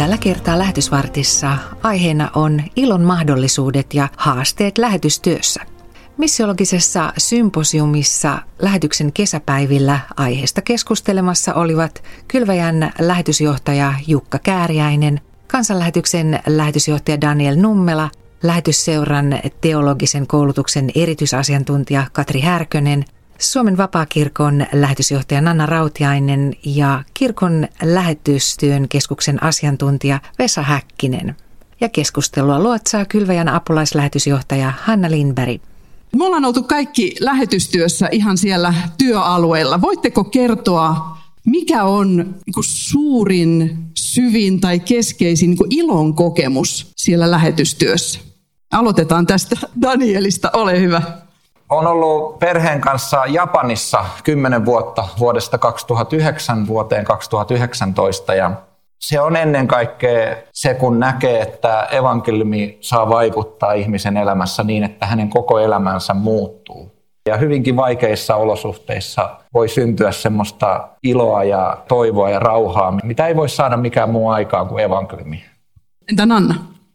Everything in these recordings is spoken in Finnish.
Tällä kertaa Lähetysvartissa aiheena on ilon mahdollisuudet ja haasteet lähetystyössä. Missiologisessa symposiumissa lähetyksen kesäpäivillä aiheesta keskustelemassa olivat Kylväjän lähetysjohtaja Jukka Kääriäinen, Kansanlähetyksen lähetysjohtaja Daniel Nummela, Lähetysseuran teologisen koulutuksen erityisasiantuntija Katri Härkönen, Suomen Vapaakirkon lähetysjohtaja Nanna Rautiainen ja Kirkon lähetystyön keskuksen asiantuntija Vesa Häkkinen. Ja keskustelua luotsaa Kylväjän apulaislähetysjohtaja Hanna Lindberg. Me ollaan oltu kaikki lähetystyössä ihan siellä työalueella. Voitteko kertoa, mikä on suurin, syvin tai keskeisin ilon kokemus siellä lähetystyössä? Aloitetaan tästä Danielista, ole hyvä. Olen ollut perheen kanssa Japanissa 10 vuotta vuodesta 2009 vuoteen 2019 ja se on ennen kaikkea se, kun näkee, että evankeliumi saa vaikuttaa ihmisen elämässä niin, että hänen koko elämänsä muuttuu. Ja hyvinkin vaikeissa olosuhteissa voi syntyä semmoista iloa ja toivoa ja rauhaa, mitä ei voi saada mikään muu aikaan kuin evankeliumi. Entä Nanna?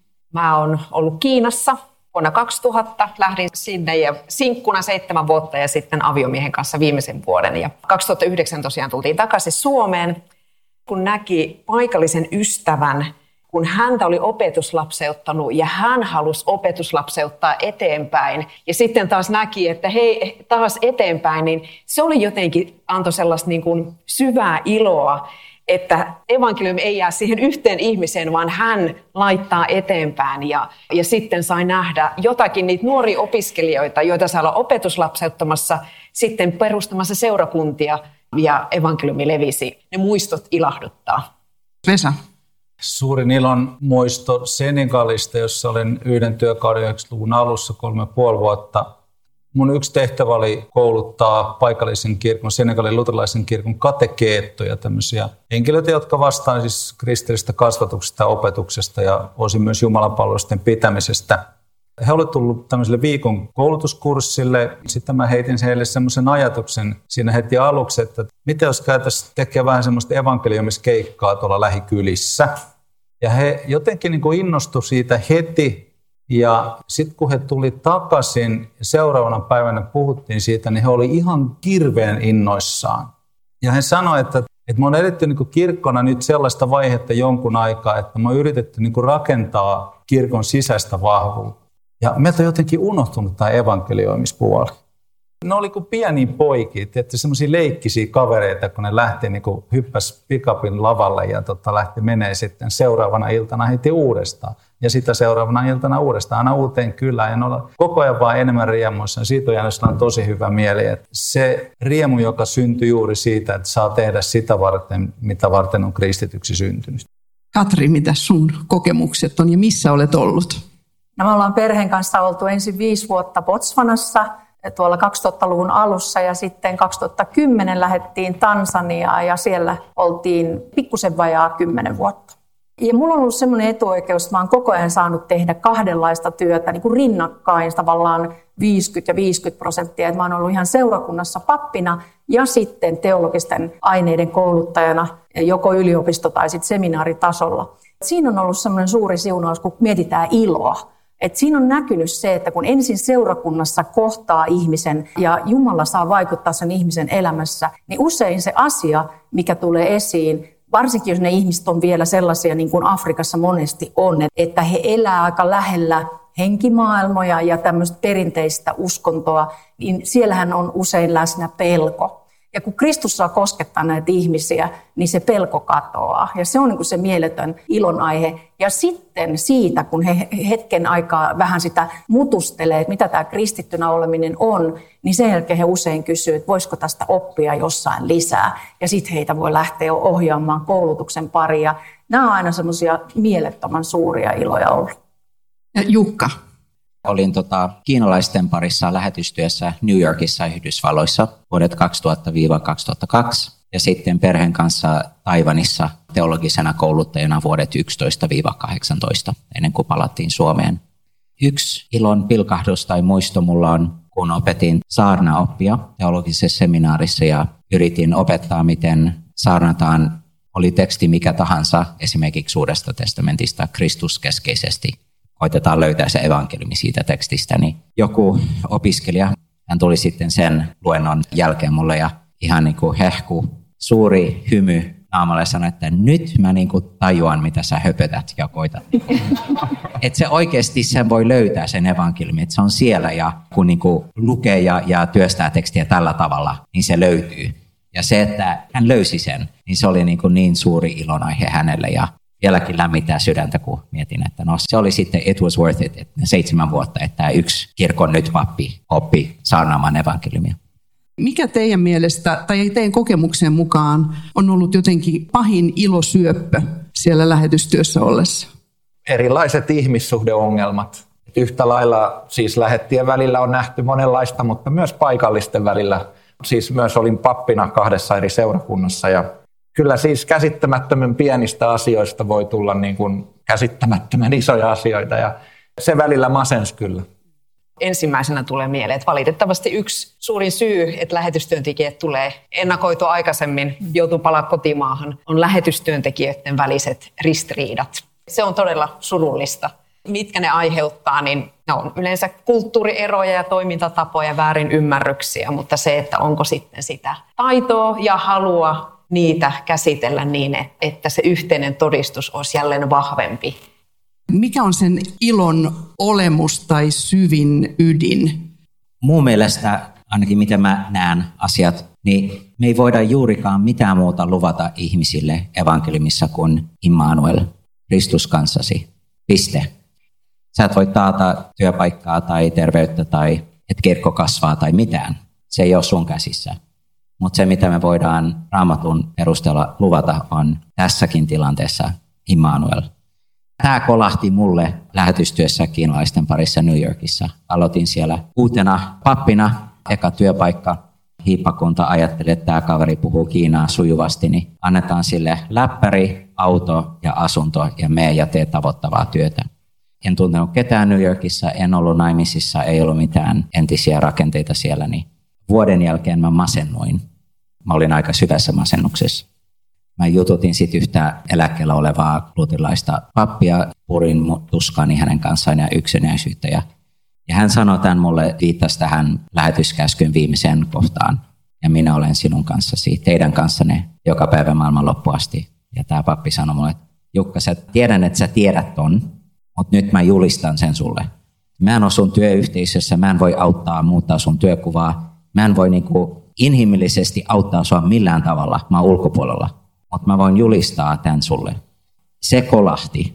Mä oon ollut Kiinassa. Vuonna 2000 lähdin sinne ja sinkkuna 7 vuotta ja sitten aviomiehen kanssa viimeisen vuoden. Ja 2009 tosiaan tultiin takaisin Suomeen, kun näki paikallisen ystävän, kun häntä oli opetuslapseuttanut ja hän halusi opetuslapseuttaa eteenpäin. Ja sitten taas näki, että hei, taas eteenpäin, niin se oli jotenkin, antoi sellaista niin kuin syvää iloa, että evankeliumi ei jää siihen yhteen ihmiseen, vaan hän laittaa eteenpäin. Ja sitten sai nähdä jotakin niitä nuoria opiskelijoita, joita saa olla opetuslapseuttamassa, sitten perustamassa seurakuntia, ja evankeliumi levisi. Ne muistot ilahduttaa. Vesa. Suurin ilon muisto Senegalista, jossa olin yhden työkauden 90-luvun alussa 3,5 vuotta. Mun yksi tehtävä oli kouluttaa paikallisen kirkon, Senegalin luterilaisen kirkon katekeettoja, tämmöisiä henkilöitä, jotka vastaan siis kristillisestä kasvatuksesta ja opetuksesta ja osin myös jumalanpalvelusten pitämisestä. He olivat tullut tämmöiselle viikon koulutuskurssille. Sitten mä heitin heille semmoisen ajatuksen siinä heti aluksi, että miten jos käytäisiin tekemään vähän semmoista evankeliumiskeikkaa tuolla lähikylissä. Ja he jotenkin niin kuin innostui siitä heti. Ja sitten kun he tuli takaisin ja seuraavana päivänä puhuttiin siitä, niin he oli ihan hirveän innoissaan. Ja he sanoivat, että me on edetty niin kuin kirkkona nyt sellaista vaihetta jonkun aikaa, että me on yritetty niin kuin rakentaa kirkon sisäistä vahvuutta. Ja meiltä on jotenkin unohtunut tämä evankelioimispuoli. Ne oli kuin pieniä poikia, että semmoisia leikkisiä kavereita, kun ne lähti niin kuin hyppäsi pick-upin lavalle ja lähti menee sitten seuraavana iltana heti uudestaan. Ja sitä seuraavana iltana uudestaan, aina uuteen kylään. Ja ne on koko ajan vaan enemmän riemuissa. Ja siitä on jäänyt tosi hyvä mieli. Että se riemu, joka syntyi juuri siitä, että saa tehdä sitä varten, mitä varten on kristityksi syntynyt. Katri, mitä sun kokemukset on ja missä olet ollut? No, me ollaan perheen kanssa oltu ensin 5 vuotta Botswanassa tuolla 2000-luvun alussa ja sitten 2010 lähdettiin Tansaniaan ja siellä oltiin pikkusen vajaa 10 vuotta. Ja mulla on ollut semmoinen etuoikeus, että mä oon koko ajan saanut tehdä kahdenlaista työtä niin kuin rinnakkain tavallaan 50 ja 50%. Että mä oon ollut ihan seurakunnassa pappina ja sitten teologisten aineiden kouluttajana joko yliopisto- tai sitten seminaaritasolla. Siinä on ollut semmoinen suuri siunaus, kun mietitään iloa. Et siinä on näkynyt se, että kun ensin seurakunnassa kohtaa ihmisen ja Jumala saa vaikuttaa sen ihmisen elämässä, niin usein se asia, mikä tulee esiin, varsinkin jos ne ihmiset on vielä sellaisia, niin kuin Afrikassa monesti on, että he elää aika lähellä henkimaailmoja ja tämmöistä perinteistä uskontoa, niin siellähän on usein läsnä pelko. Ja kun Kristus saa koskettaa näitä ihmisiä, niin se pelko katoaa. Ja se on niin kuin se mieletön ilonaihe. Ja sitten siitä, kun he hetken aikaa vähän sitä mutustelee, että mitä tämä kristittynä oleminen on, niin sen jälkeen he usein kysyy, että voisiko tästä oppia jossain lisää. Ja sitten heitä voi lähteä ohjaamaan koulutuksen pariin. Ja nämä on aina semmoisia mielettömän suuria iloja ollut. Ja Jukka. Olin kiinalaisten parissa lähetystyössä New Yorkissa Yhdysvalloissa vuodet 2000-2002 ja sitten perheen kanssa Taiwanissa teologisena kouluttajana vuodet 11-18 ennen kuin palattiin Suomeen. Yksi ilon pilkahdus tai muisto mulla on, kun opetin saarnaoppia teologisessa seminaarissa ja yritin opettaa, miten saarnataan oli teksti mikä tahansa, esimerkiksi Uudesta testamentista kristuskeskeisesti, koitetaan löytää se evankeliumi siitä tekstistä, niin joku opiskelija, hän tuli sitten sen luennon jälkeen mulle ja ihan niin kuin hehku, suuri hymy naamalle sanoi, että nyt mä niin kuin tajuan, mitä sä höpötät ja koitat. Että se oikeasti sen voi löytää sen evankeliumi, että se on siellä ja kun niin kuin lukee ja työstää tekstiä tällä tavalla, niin se löytyy. Ja se, että hän löysi sen, niin se oli niin suuri ilonaihe hänelle ja vieläkin lämmittää sydäntä, kun mietin, että no se oli sitten it was worth it, että 7 vuotta, että tämä yksi kirkon nyt pappi oppi saarnaamaan evankeliumia. Mikä teidän mielestä tai teidän kokemuksen mukaan on ollut jotenkin pahin ilosyöppö siellä lähetystyössä ollessa? Erilaiset ihmissuhdeongelmat. Yhtä lailla siis lähettien välillä on nähty monenlaista, mutta myös paikallisten välillä. Siis myös olin pappina 2 eri seurakunnassa ja kyllä siis käsittämättömän pienistä asioista voi tulla niin kuin käsittämättömän isoja asioita ja se välillä masens kyllä. Ensimmäisenä tulee mieleen, että valitettavasti yksi suurin syy, että lähetystyöntekijät tulee ennakoitua aikaisemmin, joutuu palaa kotimaahan, on lähetystyöntekijöiden väliset ristiriidat. Se on todella surullista. Mitkä ne aiheuttaa, niin ne on yleensä kulttuurieroja ja toimintatapoja, väärinymmärryksiä, mutta se, että onko sitten sitä taitoa ja halua niitä käsitellä niin, että se yhteinen todistus olisi jälleen vahvempi. Mikä on sen ilon olemus tai syvin ydin? Mun mielestä, ainakin miten mä näen asiat, niin me ei voida juurikaan mitään muuta luvata ihmisille evankeliumissa kuin Immanuel, Kristus kanssasi. Piste. Sä et voi taata työpaikkaa tai terveyttä tai että kirkko kasvaa tai mitään. Se ei ole sun käsissä. Mutta se, mitä me voidaan Raamatun perusteella luvata, on tässäkin tilanteessa Immanuel. Tämä kolahti mulle lähetystyössä kiinalaisten parissa New Yorkissa. Aloitin siellä uutena pappina, eka työpaikka. Hiippakunta ajatteli, että tämä kaveri puhuu kiinaa sujuvasti, niin annetaan sille läppäri, auto ja asunto ja mene ja tee tavoittavaa työtä. En tuntenut ketään New Yorkissa, en ollut naimisissa, ei ollut mitään entisiä rakenteita siellä, niin vuoden jälkeen mä masennuin. Mä olin aika syvässä masennuksessa. Mä jututin sitten yhtä eläkkeellä olevaa luterilaista pappia, purin tuskaani hänen kanssaan ja yksinäisyyttä. Ja hän sanoi tämän mulle, viittasi tähän lähetyskäskyn viimeiseen kohtaan. Ja minä olen sinun kanssasi, teidän kanssanne joka päivä maailman loppuun asti. Ja tämä pappi sanoi mulle, että Jukka, tiedän, että sä tiedät ton, mutta nyt mä julistan sen sulle. Mä en ole sun työyhteisössä, mä en voi auttaa muuttaa sun työkuvaa. Mä en voi inhimillisesti auttaa sua millään tavalla, mä oon ulkopuolella. Mutta mä voin julistaa tämän sulle. Se kolahti.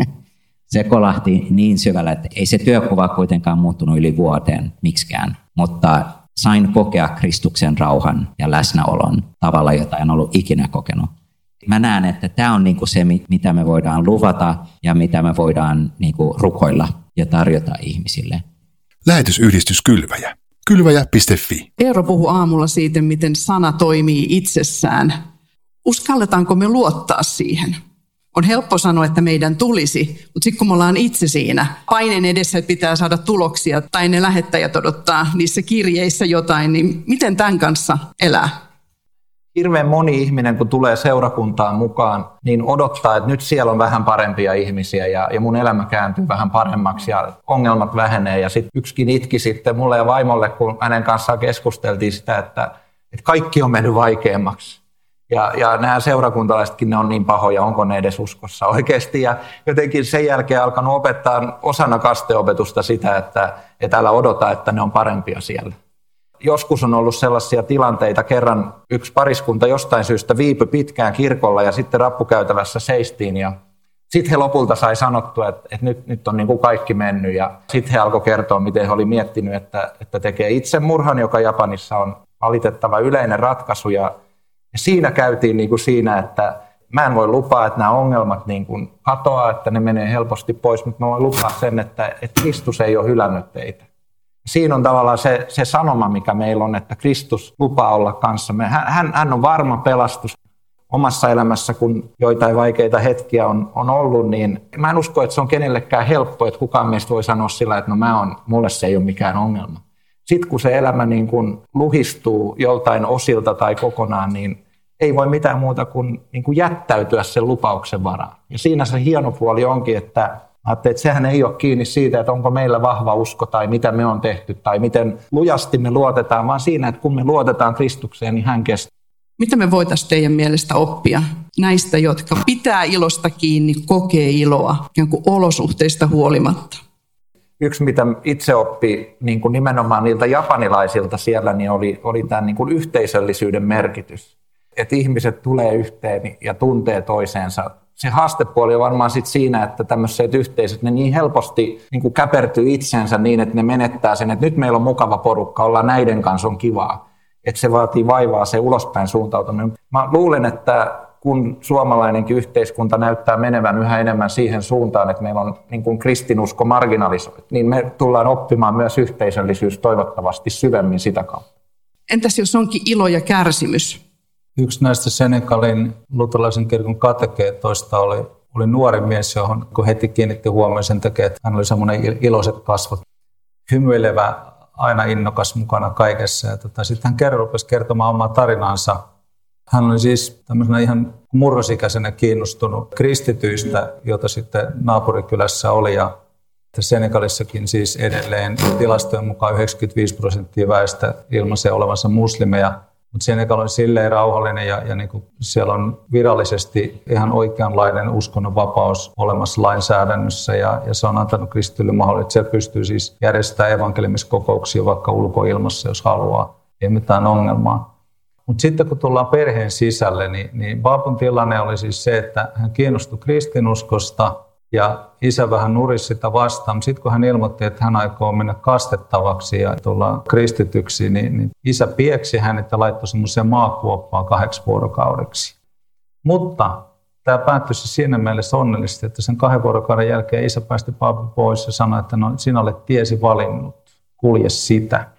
Se kolahti niin syvällä, että ei se työkuva kuitenkaan muuttunut yli vuoteen miksikään. Mutta sain kokea Kristuksen rauhan ja läsnäolon tavalla, jota en ollut ikinä kokenut. Mä näen, että tämä on se, mitä me voidaan luvata ja mitä me voidaan rukoilla ja tarjota ihmisille. Lähetysyhdistys Kylväjä. Kylväjä.fi. Eero puhui aamulla siitä, miten sana toimii itsessään. Uskalletaanko me luottaa siihen? On helppo sanoa, että meidän tulisi, mutta sitten kun me ollaan itse siinä paineen edessä, että pitää saada tuloksia tai ne lähettäjät odottaa niissä kirjeissä jotain, niin miten tämän kanssa elää? Hirveän moni ihminen, kun tulee seurakuntaan mukaan, niin odottaa, että nyt siellä on vähän parempia ihmisiä ja mun elämä kääntyy vähän paremmaksi ja ongelmat vähenee. Ja sitten yksikin itki sitten mulle ja vaimolle, kun hänen kanssaan keskusteltiin sitä, että kaikki on mennyt vaikeammaksi. Ja nämä seurakuntalaisetkin, ne on niin pahoja, onko ne edes uskossa oikeasti. Ja jotenkin sen jälkeen alkanut opettaa osana kasteopetusta sitä, että älä odota, että ne on parempia siellä. Joskus on ollut sellaisia tilanteita, kerran yksi pariskunta jostain syystä viipyi pitkään kirkolla ja sitten rappukäytävässä seistiin. Ja sitten he lopulta sai sanottua, että nyt on niin kuin kaikki mennyt. Ja sitten he alkoi kertoa, miten he oli miettinyt, että tekee itsemurhan, joka Japanissa on valitettava yleinen ratkaisu. Ja siinä käytiin niin kuin siinä, että mä en voi lupaa, että nämä ongelmat niin kuin katoaa, että ne menee helposti pois, mutta mä voin lupaa sen, että Kristus ei ole hylännyt teitä. Siinä on tavallaan se sanoma, mikä meillä on, että Kristus lupaa olla kanssamme. Hän on varma pelastus omassa elämässä, kun joitain vaikeita hetkiä on ollut, niin mä en usko, että se on kenellekään helppo, että kukaan meistä voi sanoa sillä, että mulle se ei ole mikään ongelma. Sitten kun se elämä niin kuin luhistuu joltain osilta tai kokonaan, niin ei voi mitään muuta kuin jättäytyä sen lupauksen varaan. Ja siinä se hieno puoli onkin, että sehän ei ole kiinni siitä, että onko meillä vahva usko tai mitä me on tehty tai miten lujasti me luotetaan, vaan siinä, että kun me luotetaan Kristukseen, niin hän kestää. Mitä me voitaisiin teidän mielestä oppia näistä, jotka pitää ilosta kiinni, kokee iloa ikään kuin olosuhteista huolimatta? Yksi, mitä itse oppi niin kuin nimenomaan niiltä japanilaisilta siellä, niin oli tämän niin kuin yhteisöllisyyden merkitys. Että ihmiset tulee yhteen ja tuntee toiseensa. Se haastepuoli on varmaan sit siinä, että tämmöiset yhteisöt, ne niin helposti niin kuin käpertyy itsensä niin, että ne menettää sen, että nyt meillä on mukava porukka, ollaan näiden kanssa, on kivaa. Että se vaatii vaivaa se ulospäin suuntautuminen. Mä luulen, että kun suomalainenkin yhteiskunta näyttää menevän yhä enemmän siihen suuntaan, että meillä on niin kuin kristinusko marginalisoitu, niin me tullaan oppimaan myös yhteisöllisyys toivottavasti syvemmin sitä kautta. Entäs jos onkin ilo ja kärsimys? Yksi näistä Senegalin luterilaisen kirkon katekeetoista oli nuori mies, johon kun heti kiinnitti huomioon sen takia, että hän oli semmoinen iloiset kasvot, hymyilevä, aina innokas mukana kaikessa. Ja sitten hän rupesi kertomaan omaa tarinaansa. Hän oli siis tämmöisenä ihan murrosikäisenä kiinnostunut kristityistä, jota sitten naapurikylässä oli. Ja Senegalissakin siis edelleen tilastojen mukaan 95% väestä ilmaisee olevansa muslimeja. Mutta Senegal on silleen rauhallinen ja niin kuin siellä on virallisesti ihan oikeanlainen uskonnonvapaus olemassa lainsäädännössä ja se on antanut kristityille mahdollisuuden, että siellä pystyy siis järjestämään evankeliumiskokouksia vaikka ulkoilmassa, jos haluaa. Ei mitään ongelmaa. Mutta sitten kun tullaan perheen sisälle, niin Babun tilanne oli siis se, että hän kiinnostui kristinuskosta ja isä vähän nurisi sitä vastaan. Sitten kun hän ilmoitti, että hän aikoo mennä kastettavaksi ja tulla kristityksi, niin isä pieksi hänet ja laittoi semmoiseen maakuoppaan 8 vuorokaudeksi. Mutta tämä päättyi siinä mielessä onnellisesti, että sen 2 vuorokauden jälkeen isä päästi Babun pois ja sanoi, että no, sinä olet tiesi valinnut, kulje sitä.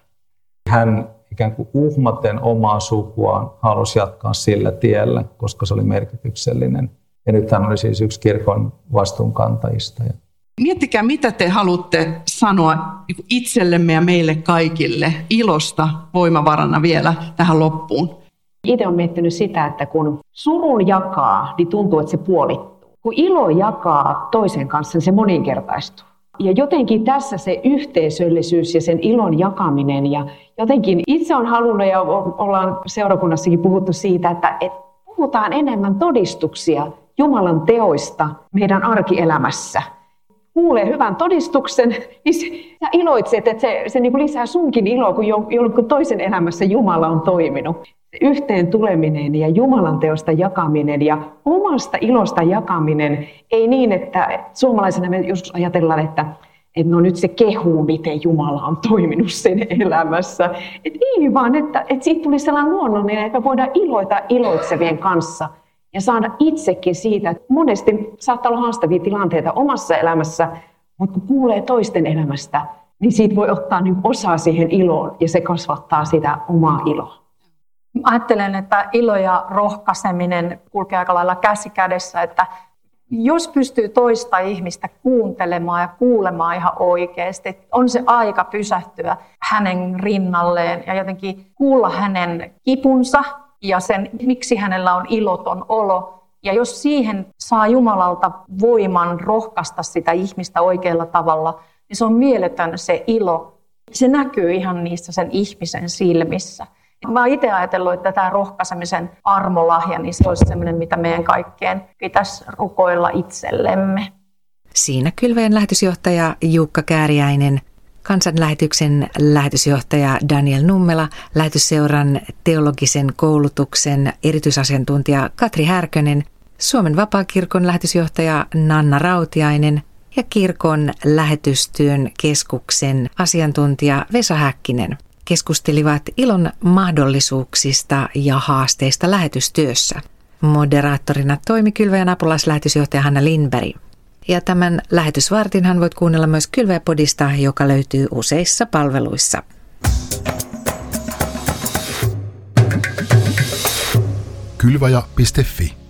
Hän ikään kuin uhmaten omaa sukuaan halusi jatkaa sillä tiellä, koska se oli merkityksellinen. Ja nyt hän oli siis yksi kirkon vastuunkantajista. Miettikää, mitä te haluatte sanoa itsellemme ja meille kaikille ilosta voimavarana vielä tähän loppuun. Itse olen miettinyt sitä, että kun surun jakaa, niin tuntuu, että se puolittuu. Kun ilo jakaa toisen kanssa, niin se moninkertaistuu. Ja jotenkin tässä se yhteisöllisyys ja sen ilon jakaminen. Ja jotenkin itse olen halunnut ja ollaan seurakunnassakin puhuttu siitä, että puhutaan enemmän todistuksia Jumalan teoista meidän arkielämässä. Kuulee hyvän todistuksen, niin sä iloitset, että se niin kuin lisää sunkin iloa, kun jonkun toisen elämässä Jumala on toiminut. Yhteen tuleminen ja Jumalan teosta jakaminen ja omasta ilosta jakaminen, ei niin, että suomalaisena me joskus ajatellaan, että no nyt se kehuu, miten Jumala on toiminut sen elämässä. Ei vaan, että siitä tuli sellainen luonnollinen, että me voidaan iloita iloitsevien kanssa ja saada itsekin siitä, että monesti saattaa olla haastavia tilanteita omassa elämässä, mutta kun kuulee toisten elämästä, niin siitä voi ottaa niin osaa siihen iloon ja se kasvattaa sitä omaa iloa. Ajattelen, että ilo ja rohkaiseminen kulkee aika lailla käsi kädessä, että jos pystyy toista ihmistä kuuntelemaan ja kuulemaan ihan oikeasti, on se aika pysähtyä hänen rinnalleen ja jotenkin kuulla hänen kipunsa ja sen, miksi hänellä on iloton olo. Ja jos siihen saa Jumalalta voiman rohkaista sitä ihmistä oikealla tavalla, niin se on mieletön se ilo. Se näkyy ihan niissä sen ihmisen silmissä. Mä oon itse ajatellut, että tämä rohkaisemisen armolahja, niin se olisi sellainen, mitä meidän kaikkeen pitäisi rukoilla itsellemme. Siinä Kylväjän lähetysjohtaja Jukka Kääriäinen, Kansanlähetyksen lähetysjohtaja Daniel Nummela, Lähetysseuran teologisen koulutuksen erityisasiantuntija Katri Härkönen, Suomen Vapaakirkon lähetysjohtaja Nanna Rautiainen ja Kirkon lähetystyön keskuksen asiantuntija Vesa Häkkinen keskustelivat ilon mahdollisuuksista ja haasteista lähetystyössä. Moderaattorina toimi Kylväjän apulaislähetysjohtaja Hanna Lindberg. Ja tämän lähetysvartinhan voit kuunnella myös Kylväjä-podista, joka löytyy useissa palveluissa. Kylväjä.fi